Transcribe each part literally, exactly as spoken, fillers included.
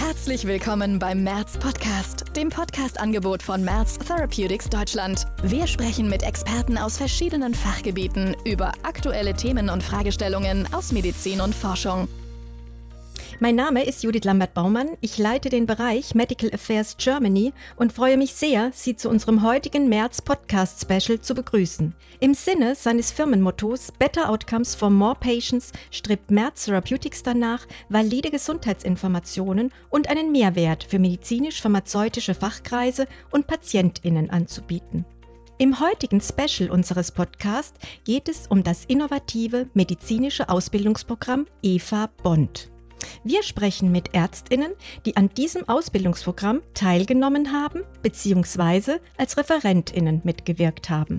Herzlich willkommen beim Merz Podcast, dem Podcast-Angebot von Merz Therapeutics Deutschland. Wir sprechen mit Experten aus verschiedenen Fachgebieten über aktuelle Themen und Fragestellungen aus Medizin und Forschung. Mein Name ist Judith Lambert-Baumann. Ich leite den Bereich Medical Affairs Germany und freue mich sehr, Sie zu unserem heutigen Merz Podcast Special zu begrüßen. Im Sinne seines Firmenmottos Better Outcomes for More Patients strebt Merz Therapeutics danach, valide Gesundheitsinformationen und einen Mehrwert für medizinisch-pharmazeutische Fachkreise und PatientInnen anzubieten. Im heutigen Special unseres Podcasts geht es um das innovative medizinische Ausbildungsprogramm E V A-Bond. Wir sprechen mit ÄrztInnen, die an diesem Ausbildungsprogramm teilgenommen haben bzw. als ReferentInnen mitgewirkt haben.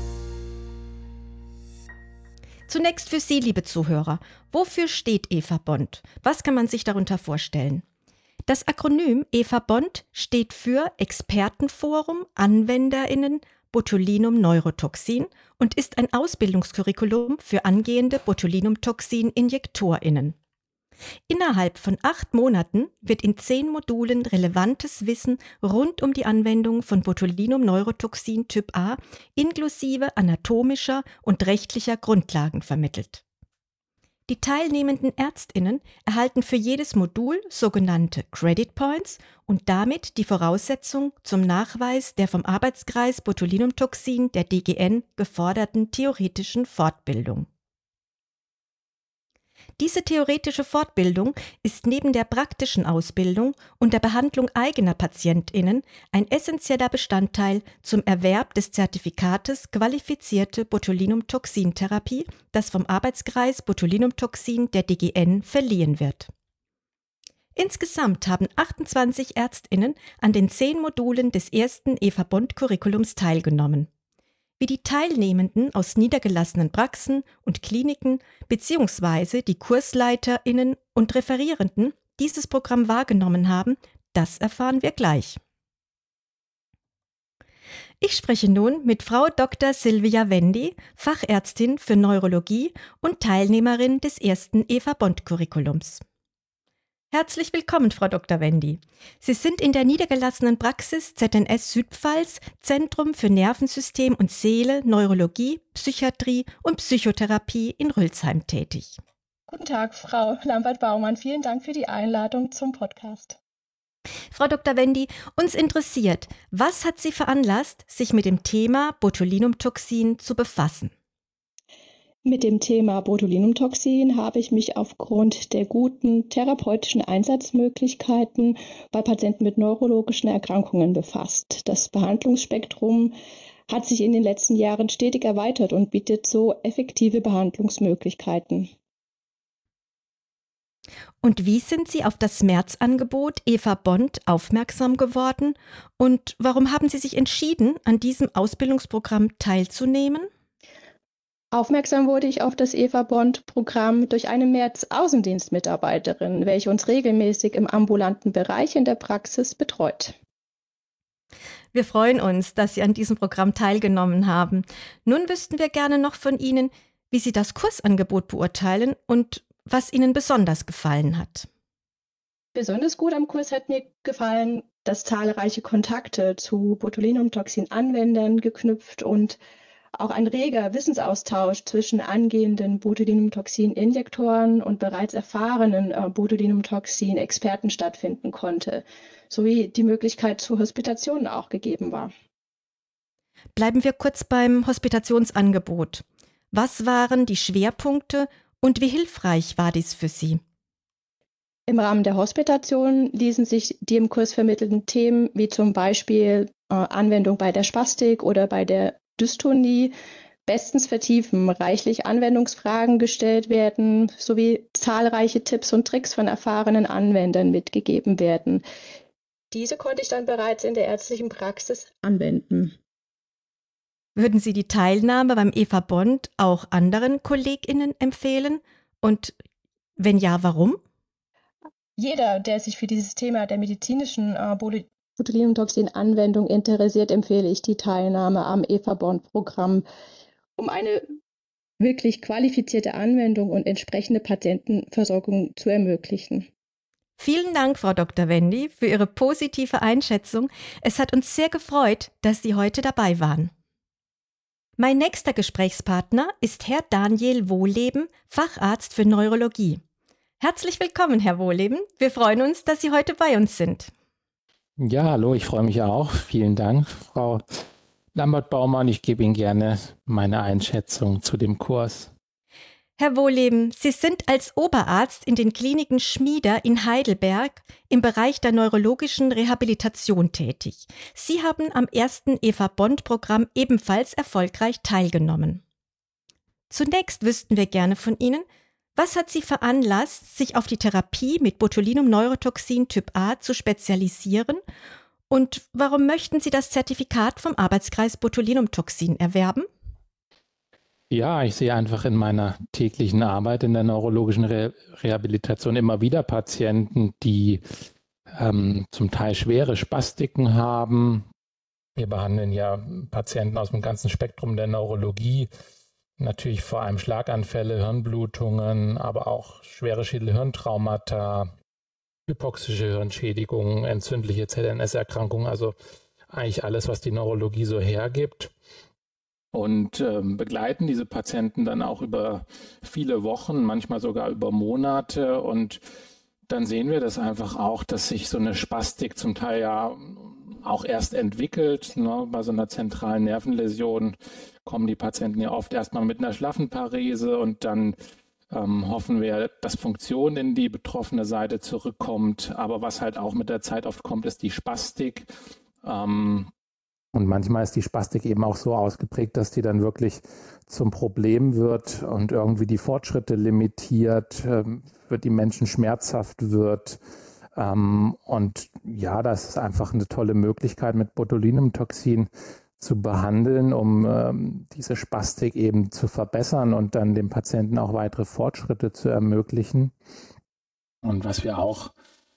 Zunächst für Sie, liebe Zuhörer, wofür steht E V A-Bond? Was kann man sich darunter vorstellen? Das Akronym E V A-Bond steht für Expertenforum AnwenderInnen Botulinum-Neurotoxin und ist ein Ausbildungskurriculum für angehende Botulinumtoxin-InjektorInnen. Innerhalb von acht Monaten wird in zehn Modulen relevantes Wissen rund um die Anwendung von Botulinum-Neurotoxin Typ A inklusive anatomischer und rechtlicher Grundlagen vermittelt. Die teilnehmenden ÄrztInnen erhalten für jedes Modul sogenannte Credit Points und damit die Voraussetzung zum Nachweis der vom Arbeitskreis Botulinumtoxin der D G N geforderten theoretischen Fortbildung. Diese theoretische Fortbildung ist neben der praktischen Ausbildung und der Behandlung eigener PatientInnen ein essentieller Bestandteil zum Erwerb des Zertifikates Qualifizierte Botulinumtoxintherapie, das vom Arbeitskreis Botulinumtoxin der D G N verliehen wird. Insgesamt haben achtundzwanzig ÄrztInnen an den zehn Modulen des ersten E V A-Bond-Curriculums teilgenommen. Wie die Teilnehmenden aus niedergelassenen Praxen und Kliniken bzw. die KursleiterInnen und Referierenden dieses Programm wahrgenommen haben, das erfahren wir gleich. Ich spreche nun mit Frau Doktor Silvia Wendy, Fachärztin für Neurologie und Teilnehmerin des ersten E V A-Bond-Curriculums. Herzlich willkommen, Frau Doktor Wendy. Sie sind in der niedergelassenen Praxis Z N S Südpfalz, Zentrum für Nervensystem und Seele, Neurologie, Psychiatrie und Psychotherapie in Rülsheim tätig. Guten Tag, Frau Lambert-Baumann. Vielen Dank für die Einladung zum Podcast. Frau Doktor Wendy, uns interessiert, was hat Sie veranlasst, sich mit dem Thema Botulinumtoxin zu befassen? Mit dem Thema Botulinumtoxin habe ich mich aufgrund der guten therapeutischen Einsatzmöglichkeiten bei Patienten mit neurologischen Erkrankungen befasst. Das Behandlungsspektrum hat sich in den letzten Jahren stetig erweitert und bietet so effektive Behandlungsmöglichkeiten. Und wie sind Sie auf das Merz-Angebot E V A-Bond aufmerksam geworden? Und warum haben Sie sich entschieden, an diesem Ausbildungsprogramm teilzunehmen? Aufmerksam wurde ich auf das E V A-Bond-Programm durch eine Merz-Außendienstmitarbeiterin, welche uns regelmäßig im ambulanten Bereich in der Praxis betreut. Wir freuen uns, dass Sie an diesem Programm teilgenommen haben. Nun wüssten wir gerne noch von Ihnen, wie Sie das Kursangebot beurteilen und was Ihnen besonders gefallen hat. Besonders gut am Kurs hat mir gefallen, dass zahlreiche Kontakte zu Botulinumtoxin-Anwendern geknüpft und auch ein reger Wissensaustausch zwischen angehenden Botulinumtoxin-Injektoren und bereits erfahrenen äh, Botulinumtoxin-Experten stattfinden konnte, sowie die Möglichkeit zur Hospitation auch gegeben war. Bleiben wir kurz beim Hospitationsangebot. Was waren die Schwerpunkte und wie hilfreich war dies für Sie? Im Rahmen der Hospitation ließen sich die im Kurs vermittelten Themen wie zum Beispiel äh, Anwendung bei der Spastik oder bei der Dystonie bestens vertiefen, reichlich Anwendungsfragen gestellt werden, sowie zahlreiche Tipps und Tricks von erfahrenen Anwendern mitgegeben werden. Diese konnte ich dann bereits in der ärztlichen Praxis anwenden. Würden Sie die Teilnahme beim E V A-Bond auch anderen KollegInnen empfehlen? Und wenn ja, warum? Jeder, der sich für dieses Thema der medizinischen äh, Botulinumtoxin-Anwendung interessiert, empfehle ich die Teilnahme am E V A-Bond-Programm, um eine wirklich qualifizierte Anwendung und entsprechende Patientenversorgung zu ermöglichen. Vielen Dank, Frau Doktor Wendy, für Ihre positive Einschätzung. Es hat uns sehr gefreut, dass Sie heute dabei waren. Mein nächster Gesprächspartner ist Herr Daniel Wohleben, Facharzt für Neurologie. Herzlich willkommen, Herr Wohleben. Wir freuen uns, dass Sie heute bei uns sind. Ja, hallo, ich freue mich auch. Vielen Dank, Frau Lambert-Baumann. Ich gebe Ihnen gerne meine Einschätzung zu dem Kurs. Herr Wohleben, Sie sind als Oberarzt in den Kliniken Schmieder in Heidelberg im Bereich der neurologischen Rehabilitation tätig. Sie haben am ersten Eva-Bond-Programm ebenfalls erfolgreich teilgenommen. Zunächst wüssten wir gerne von Ihnen, was hat Sie veranlasst, sich auf die Therapie mit Botulinum-Neurotoxin Typ A zu spezialisieren und warum möchten Sie das Zertifikat vom Arbeitskreis Botulinumtoxin erwerben? Ja, ich sehe einfach in meiner täglichen Arbeit in der neurologischen Re- Rehabilitation immer wieder Patienten, die ähm, zum Teil schwere Spastiken haben. Wir behandeln ja Patienten aus dem ganzen Spektrum der Neurologie, natürlich vor allem Schlaganfälle, Hirnblutungen, aber auch schwere Schädel-Hirntraumata, hypoxische Hirnschädigungen, entzündliche Z N S-Erkrankungen, also eigentlich alles, was die Neurologie so hergibt. Und ähm, begleiten diese Patienten dann auch über viele Wochen, manchmal sogar über Monate. Und dann sehen wir das einfach auch, dass sich so eine Spastik zum Teil ja auch erst entwickelt. Ne? Bei so einer zentralen Nervenläsion kommen die Patienten ja oft erstmal mit einer Schlafenparese und dann ähm, hoffen wir, dass Funktion in die betroffene Seite zurückkommt. Aber was halt auch mit der Zeit oft kommt, ist die Spastik. Ähm, Und manchmal ist die Spastik eben auch so ausgeprägt, dass die dann wirklich zum Problem wird und irgendwie die Fortschritte limitiert, für die Menschen schmerzhaft wird. Und ja, das ist einfach eine tolle Möglichkeit, mit Botulinumtoxin zu behandeln, um diese Spastik eben zu verbessern und dann dem Patienten auch weitere Fortschritte zu ermöglichen. Und was wir auch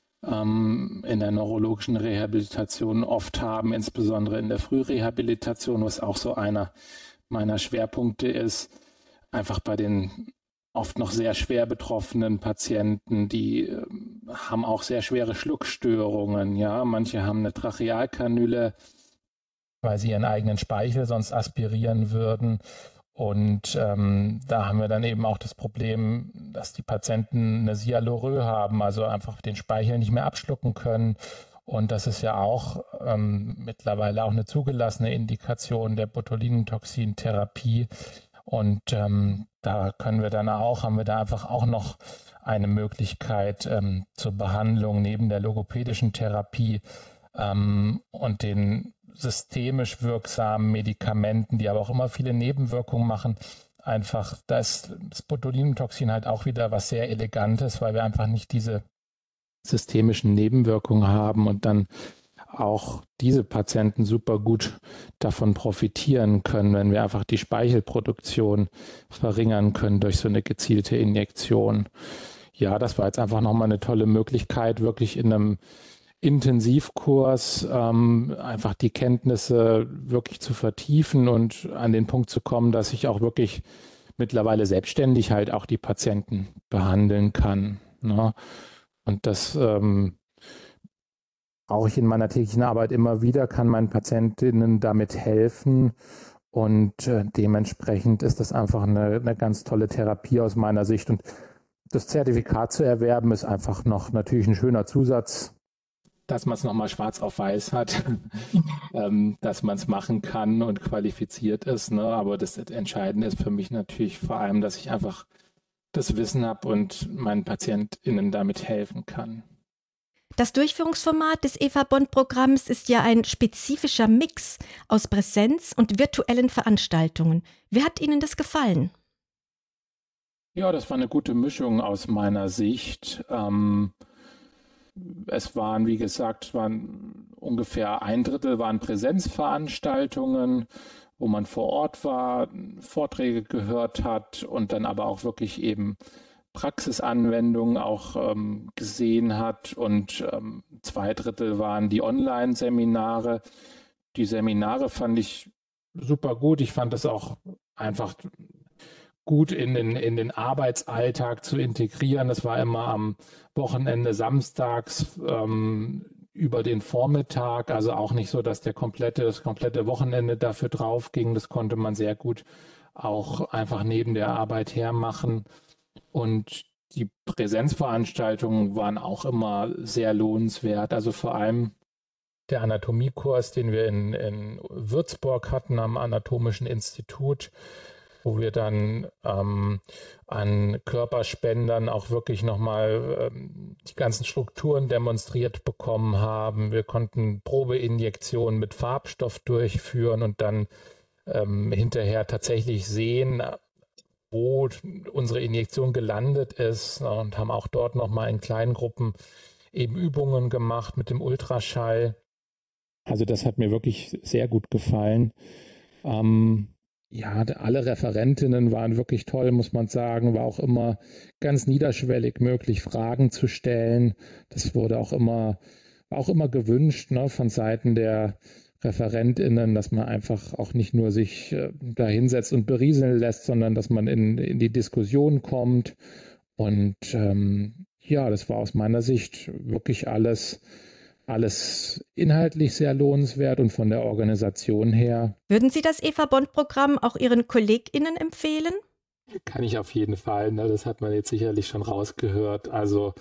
in der neurologischen Rehabilitation oft haben, insbesondere in der Frührehabilitation, was auch so einer meiner Schwerpunkte ist, einfach bei den oft noch sehr schwer betroffenen Patienten, die äh, haben auch sehr schwere Schluckstörungen. Ja, manche haben eine Trachealkanüle, weil sie ihren eigenen Speichel sonst aspirieren würden. Und ähm, da haben wir dann eben auch das Problem, dass die Patienten eine Sialorrhoe haben, also einfach den Speichel nicht mehr abschlucken können. Und das ist ja auch ähm, mittlerweile auch eine zugelassene Indikation der Botulinumtoxin-Therapie. Und ähm, da können wir dann auch, haben wir da einfach auch noch eine Möglichkeit ähm, zur Behandlung neben der logopädischen Therapie ähm, und den systemisch wirksamen Medikamenten, die aber auch immer viele Nebenwirkungen machen. Einfach, da ist das Botulinumtoxin halt auch wieder was sehr Elegantes, weil wir einfach nicht diese systemischen Nebenwirkungen haben und dann auch diese Patienten super gut davon profitieren können, wenn wir einfach die Speichelproduktion verringern können durch so eine gezielte Injektion. Ja, das war jetzt einfach nochmal eine tolle Möglichkeit, wirklich in einem Intensivkurs ähm, einfach die Kenntnisse wirklich zu vertiefen und an den Punkt zu kommen, dass ich auch wirklich mittlerweile selbstständig halt auch die Patienten behandeln kann. Ne? Und das ähm, brauche ich in meiner täglichen Arbeit immer wieder, kann meinen Patientinnen damit helfen. Und äh, dementsprechend ist das einfach eine, eine ganz tolle Therapie aus meiner Sicht. Und das Zertifikat zu erwerben ist einfach noch natürlich ein schöner Zusatz, dass man es nochmal schwarz auf weiß hat, ähm, dass man es machen kann und qualifiziert ist. Ne? Aber das Entscheidende ist für mich natürlich vor allem, dass ich einfach das Wissen habe und meinen PatientInnen damit helfen kann. Das Durchführungsformat des Eva-Bond-Programms ist ja ein spezifischer Mix aus Präsenz- und virtuellen Veranstaltungen. Wie hat Ihnen das gefallen? Ja, das war eine gute Mischung aus meiner Sicht. Ähm, Es waren, wie gesagt, waren ungefähr ein Drittel waren Präsenzveranstaltungen, wo man vor Ort war, Vorträge gehört hat und dann aber auch wirklich eben Praxisanwendungen auch ähm, gesehen hat. Und ähm, zwei Drittel waren die Online-Seminare. Die Seminare fand ich super gut. Ich fand das auch einfach gut in den, in den Arbeitsalltag zu integrieren. Das war immer am Wochenende samstags ähm, über den Vormittag, also auch nicht so, dass der komplette, das komplette Wochenende dafür drauf ging. Das konnte man sehr gut auch einfach neben der Arbeit hermachen. Und die Präsenzveranstaltungen waren auch immer sehr lohnenswert. Also vor allem der Anatomiekurs, den wir in, in Würzburg hatten am Anatomischen Institut, wo wir dann ähm, an Körperspendern auch wirklich nochmal ähm, die ganzen Strukturen demonstriert bekommen haben. Wir konnten Probeinjektionen mit Farbstoff durchführen und dann ähm, hinterher tatsächlich sehen, wo unsere Injektion gelandet ist, und haben auch dort nochmal in kleinen Gruppen eben Übungen gemacht mit dem Ultraschall. Also das hat mir wirklich sehr gut gefallen. Ähm, Ja, alle Referentinnen waren wirklich toll, muss man sagen. War auch immer ganz niederschwellig möglich, Fragen zu stellen. Das wurde auch immer, war auch immer gewünscht, ne, von Seiten der ReferentInnen, dass man einfach auch nicht nur sich äh, da hinsetzt und berieseln lässt, sondern dass man in, in die Diskussion kommt. Und ähm, ja, das war aus meiner Sicht wirklich alles Alles inhaltlich sehr lohnenswert und von der Organisation her. Würden Sie das Eva-Bond-Programm auch Ihren KollegInnen empfehlen? Kann ich auf jeden Fall. Ne? Das hat man jetzt sicherlich schon rausgehört. Also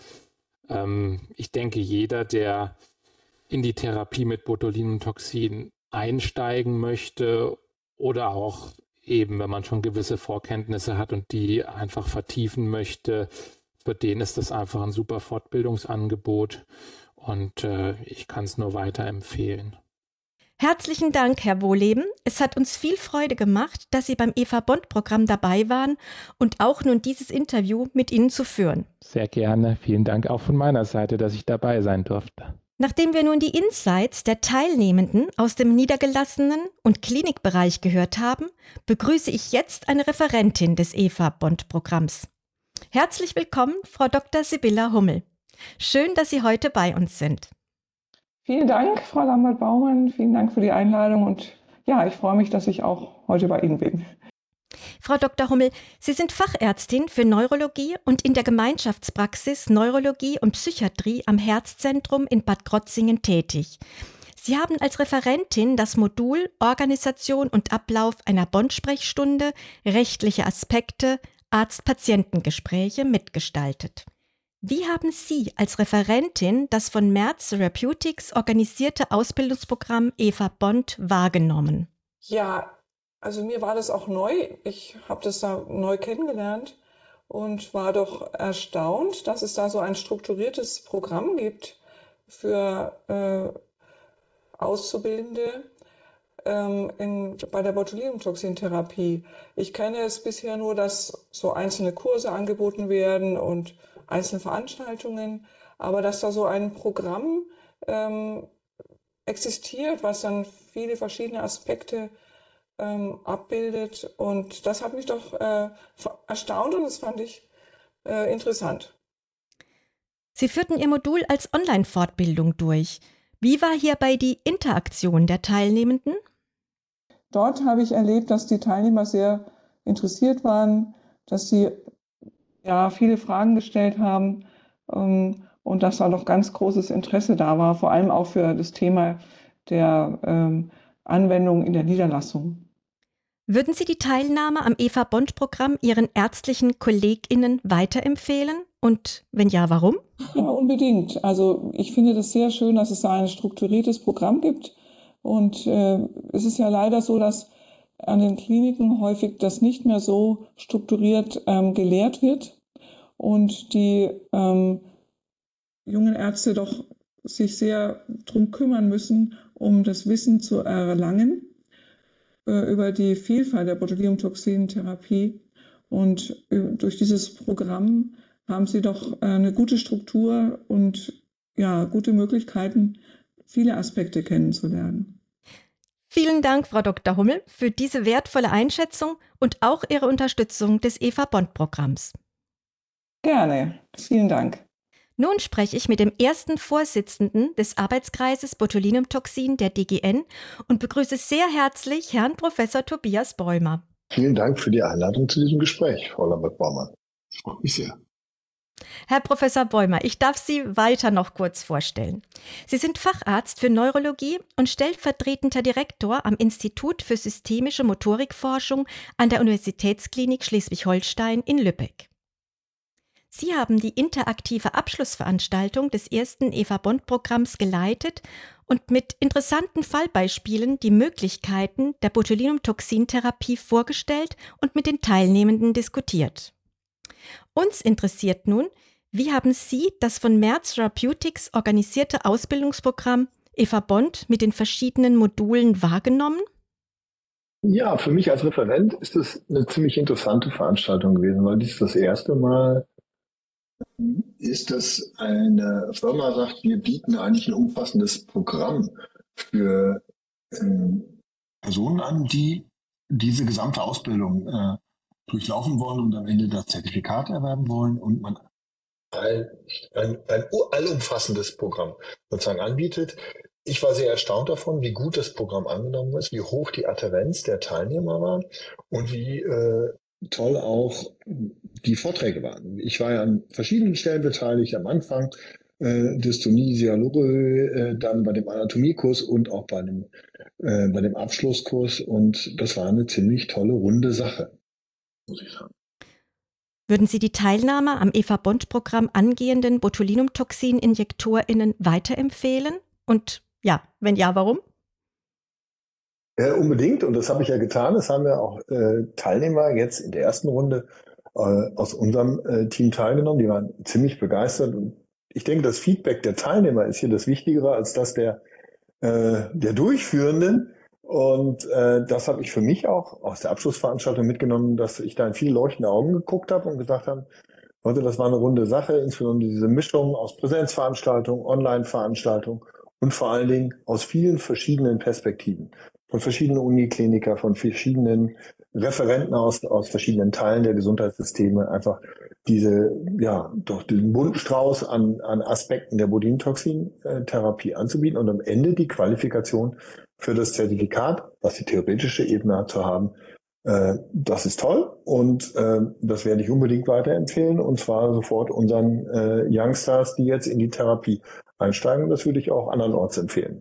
ähm, ich denke, jeder, der in die Therapie mit Botulinumtoxin einsteigen möchte oder auch eben, wenn man schon gewisse Vorkenntnisse hat und die einfach vertiefen möchte, für den ist das einfach ein super Fortbildungsangebot. Und äh, ich kann es nur weiterempfehlen. Herzlichen Dank, Herr Wohleben. Es hat uns viel Freude gemacht, dass Sie beim Eva-Bond-Programm dabei waren und auch nun dieses Interview mit Ihnen zu führen. Sehr gerne. Vielen Dank auch von meiner Seite, dass ich dabei sein durfte. Nachdem wir nun die Insights der Teilnehmenden aus dem niedergelassenen und Klinikbereich gehört haben, begrüße ich jetzt eine Referentin des Eva-Bond-Programms. Herzlich willkommen, Frau Doktor Sibylla Hummel. Schön, dass Sie heute bei uns sind. Vielen Dank, Frau Lambert-Baumann. Vielen Dank für die Einladung. Und ja, ich freue mich, dass ich auch heute bei Ihnen bin. Frau Doktor Hummel, Sie sind Fachärztin für Neurologie und in der Gemeinschaftspraxis Neurologie und Psychiatrie am Herzzentrum in Bad Krozingen tätig. Sie haben als Referentin das Modul Organisation und Ablauf einer Bond-Sprechstunde, rechtliche Aspekte, Arzt-Patientengespräche mitgestaltet. Wie haben Sie als Referentin das von Merz Therapeutics organisierte Ausbildungsprogramm Eva-Bond wahrgenommen? Ja, also mir war das auch neu. Ich habe das da neu kennengelernt und war doch erstaunt, dass es da so ein strukturiertes Programm gibt für äh, Auszubildende ähm, in, bei der Botulinumtoxintherapie. Ich kenne es bisher nur, dass so einzelne Kurse angeboten werden und einzelne Veranstaltungen, aber dass da so ein Programm ähm, existiert, was dann viele verschiedene Aspekte ähm, abbildet, und das hat mich doch äh, erstaunt und das fand ich äh, interessant. Sie führten Ihr Modul als Online-Fortbildung durch. Wie war hierbei die Interaktion der Teilnehmenden? Dort habe ich erlebt, dass die Teilnehmer sehr interessiert waren, dass sie ja viele Fragen gestellt haben ähm, und dass da noch ganz großes Interesse da war, vor allem auch für das Thema der ähm, Anwendung in der Niederlassung. Würden Sie die Teilnahme am Eva-Bond-Programm Ihren ärztlichen KollegInnen weiterempfehlen? Und wenn ja, warum? Ja, unbedingt. Also ich finde das sehr schön, dass es da ein strukturiertes Programm gibt. Und äh, es ist ja leider so, dass an den Kliniken häufig das nicht mehr so strukturiert ähm, gelehrt wird und die ähm, jungen Ärzte doch sich sehr drum kümmern müssen, um das Wissen zu erlangen äh, über die Vielfalt der Botulinumtoxin-Therapie. Und äh, durch dieses Programm haben sie doch äh, eine gute Struktur und ja, gute Möglichkeiten, viele Aspekte kennenzulernen. Vielen Dank, Frau Doktor Hummel, für diese wertvolle Einschätzung und auch Ihre Unterstützung des Eva-Bond-Programms. Gerne. Vielen Dank. Nun spreche ich mit dem ersten Vorsitzenden des Arbeitskreises Botulinumtoxin der D G N und begrüße sehr herzlich Herrn Professor Tobias Bäumer. Vielen Dank für die Einladung zu diesem Gespräch, Frau Lambert-Baumann. Freut mich sehr. Herr Professor Bäumer, ich darf Sie weiter noch kurz vorstellen. Sie sind Facharzt für Neurologie und stellvertretender Direktor am Institut für systemische Motorikforschung an der Universitätsklinik Schleswig-Holstein in Lübeck. Sie haben die interaktive Abschlussveranstaltung des ersten Eva-Bond-Programms geleitet und mit interessanten Fallbeispielen die Möglichkeiten der Botulinumtoxintherapie vorgestellt und mit den Teilnehmenden diskutiert. Uns interessiert nun, wie haben Sie das von Merz Therapeutics organisierte Ausbildungsprogramm Eva-Bond mit den verschiedenen Modulen wahrgenommen? Ja, für mich als Referent ist es eine ziemlich interessante Veranstaltung gewesen, weil dies das erste Mal ist, dass eine Firma sagt, wir bieten eigentlich ein umfassendes Programm für ähm, Personen an, die diese gesamte Ausbildung äh, durchlaufen wollen und am Ende das Zertifikat erwerben wollen und man ein, ein, ein allumfassendes Programm sozusagen anbietet. Ich war sehr erstaunt davon, wie gut das Programm angenommen ist, wie hoch die Adhärenz der Teilnehmer war und wie äh, toll auch die Vorträge waren. Ich war ja an verschiedenen Stellen beteiligt, am Anfang äh, Dystonie, Sialurö, äh, dann bei dem Anatomiekurs und auch bei dem, äh, bei dem Abschlusskurs und das war eine ziemlich tolle, runde Sache, muss ich sagen. Würden Sie die Teilnahme am Eva-Bond-Programm angehenden Botulinumtoxin-InjektorInnen weiterempfehlen? Und ja, wenn ja, warum? Ja, unbedingt. Und das habe ich ja getan. Das haben ja auch äh, Teilnehmer jetzt in der ersten Runde äh, aus unserem äh, Team teilgenommen. Die waren ziemlich begeistert. Und ich denke, das Feedback der Teilnehmer ist hier das Wichtigere als das der, äh, der Durchführenden. Und äh, das habe ich für mich auch aus der Abschlussveranstaltung mitgenommen, dass ich da in viele leuchtende Augen geguckt habe und gesagt habe, Leute, das war eine runde Sache, insbesondere diese Mischung aus Präsenzveranstaltungen, Online-Veranstaltungen und vor allen Dingen aus vielen verschiedenen Perspektiven. Von verschiedenen Unikliniker, von verschiedenen Referenten aus, aus verschiedenen Teilen der Gesundheitssysteme, einfach diese, ja, doch den bunten Strauß an, an Aspekten der Botulinumtoxin-Therapie anzubieten und am Ende die Qualifikation für das Zertifikat, was die theoretische Ebene hat, zu haben. Äh, das ist toll und äh, das werde ich unbedingt weiterempfehlen und zwar sofort unseren äh, Youngstars, die jetzt in die Therapie einsteigen. Das würde ich auch andernorts empfehlen.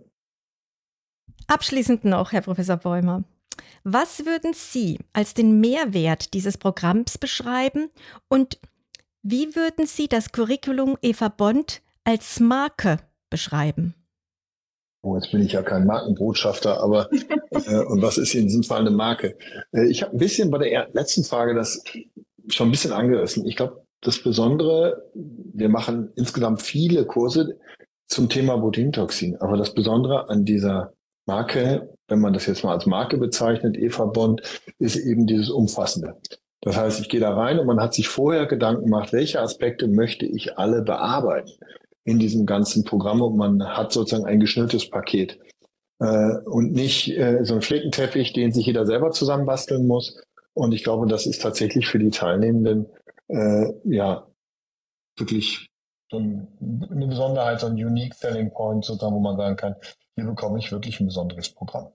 Abschließend noch, Herr Professor Bäumer. Was würden Sie als den Mehrwert dieses Programms beschreiben und wie würden Sie das Curriculum Eva-Bond als Marke beschreiben? Oh, jetzt bin ich ja kein Markenbotschafter, aber äh, und was ist in diesem Fall eine Marke? Äh, ich habe ein bisschen bei der letzten Frage das schon ein bisschen angerissen. Ich glaube, das Besondere, wir machen insgesamt viele Kurse zum Thema Botulinumtoxin, aber das Besondere an dieser Marke, wenn man das jetzt mal als Marke bezeichnet, Eva-Bond, ist eben dieses Umfassende. Das heißt, ich gehe da rein und man hat sich vorher Gedanken gemacht, welche Aspekte möchte ich alle bearbeiten in diesem ganzen Programm und man hat sozusagen ein geschnürtes Paket äh, und nicht äh, so ein Flickenteppich, den sich jeder selber zusammenbasteln muss. Und ich glaube, das ist tatsächlich für die Teilnehmenden äh, ja wirklich so eine Besonderheit, so ein Unique Selling Point, sozusagen, wo man sagen kann, hier bekomme ich wirklich ein besonderes Programm.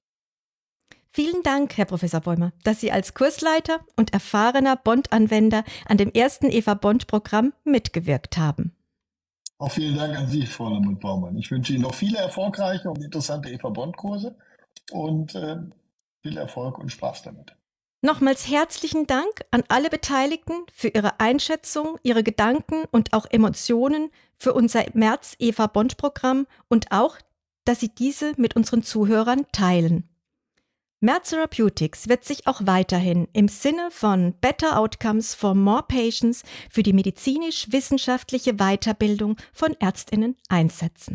Vielen Dank, Herr Professor Bäumer, dass Sie als Kursleiter und erfahrener Bond-Anwender an dem ersten Eva-Bond-Programm mitgewirkt haben. Auch vielen Dank an Sie, Frau Lambert-Baumann. Ich wünsche Ihnen noch viele erfolgreiche und interessante Eva-Bond-Kurse und äh, viel Erfolg und Spaß damit. Nochmals herzlichen Dank an alle Beteiligten für ihre Einschätzung, ihre Gedanken und auch Emotionen für unser Merz Eva-Bond-Programm und auch, dass Sie diese mit unseren Zuhörern teilen. Merz Therapeutics wird sich auch weiterhin im Sinne von Better Outcomes for More Patients für die medizinisch-wissenschaftliche Weiterbildung von ÄrztInnen einsetzen.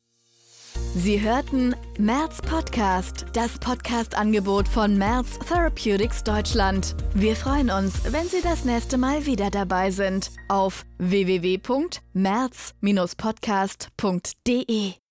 Sie hörten Merz Podcast, das Podcast-Angebot von Merz Therapeutics Deutschland. Wir freuen uns, wenn Sie das nächste Mal wieder dabei sind auf w w w punkt merz Bindestrich podcast punkt d e.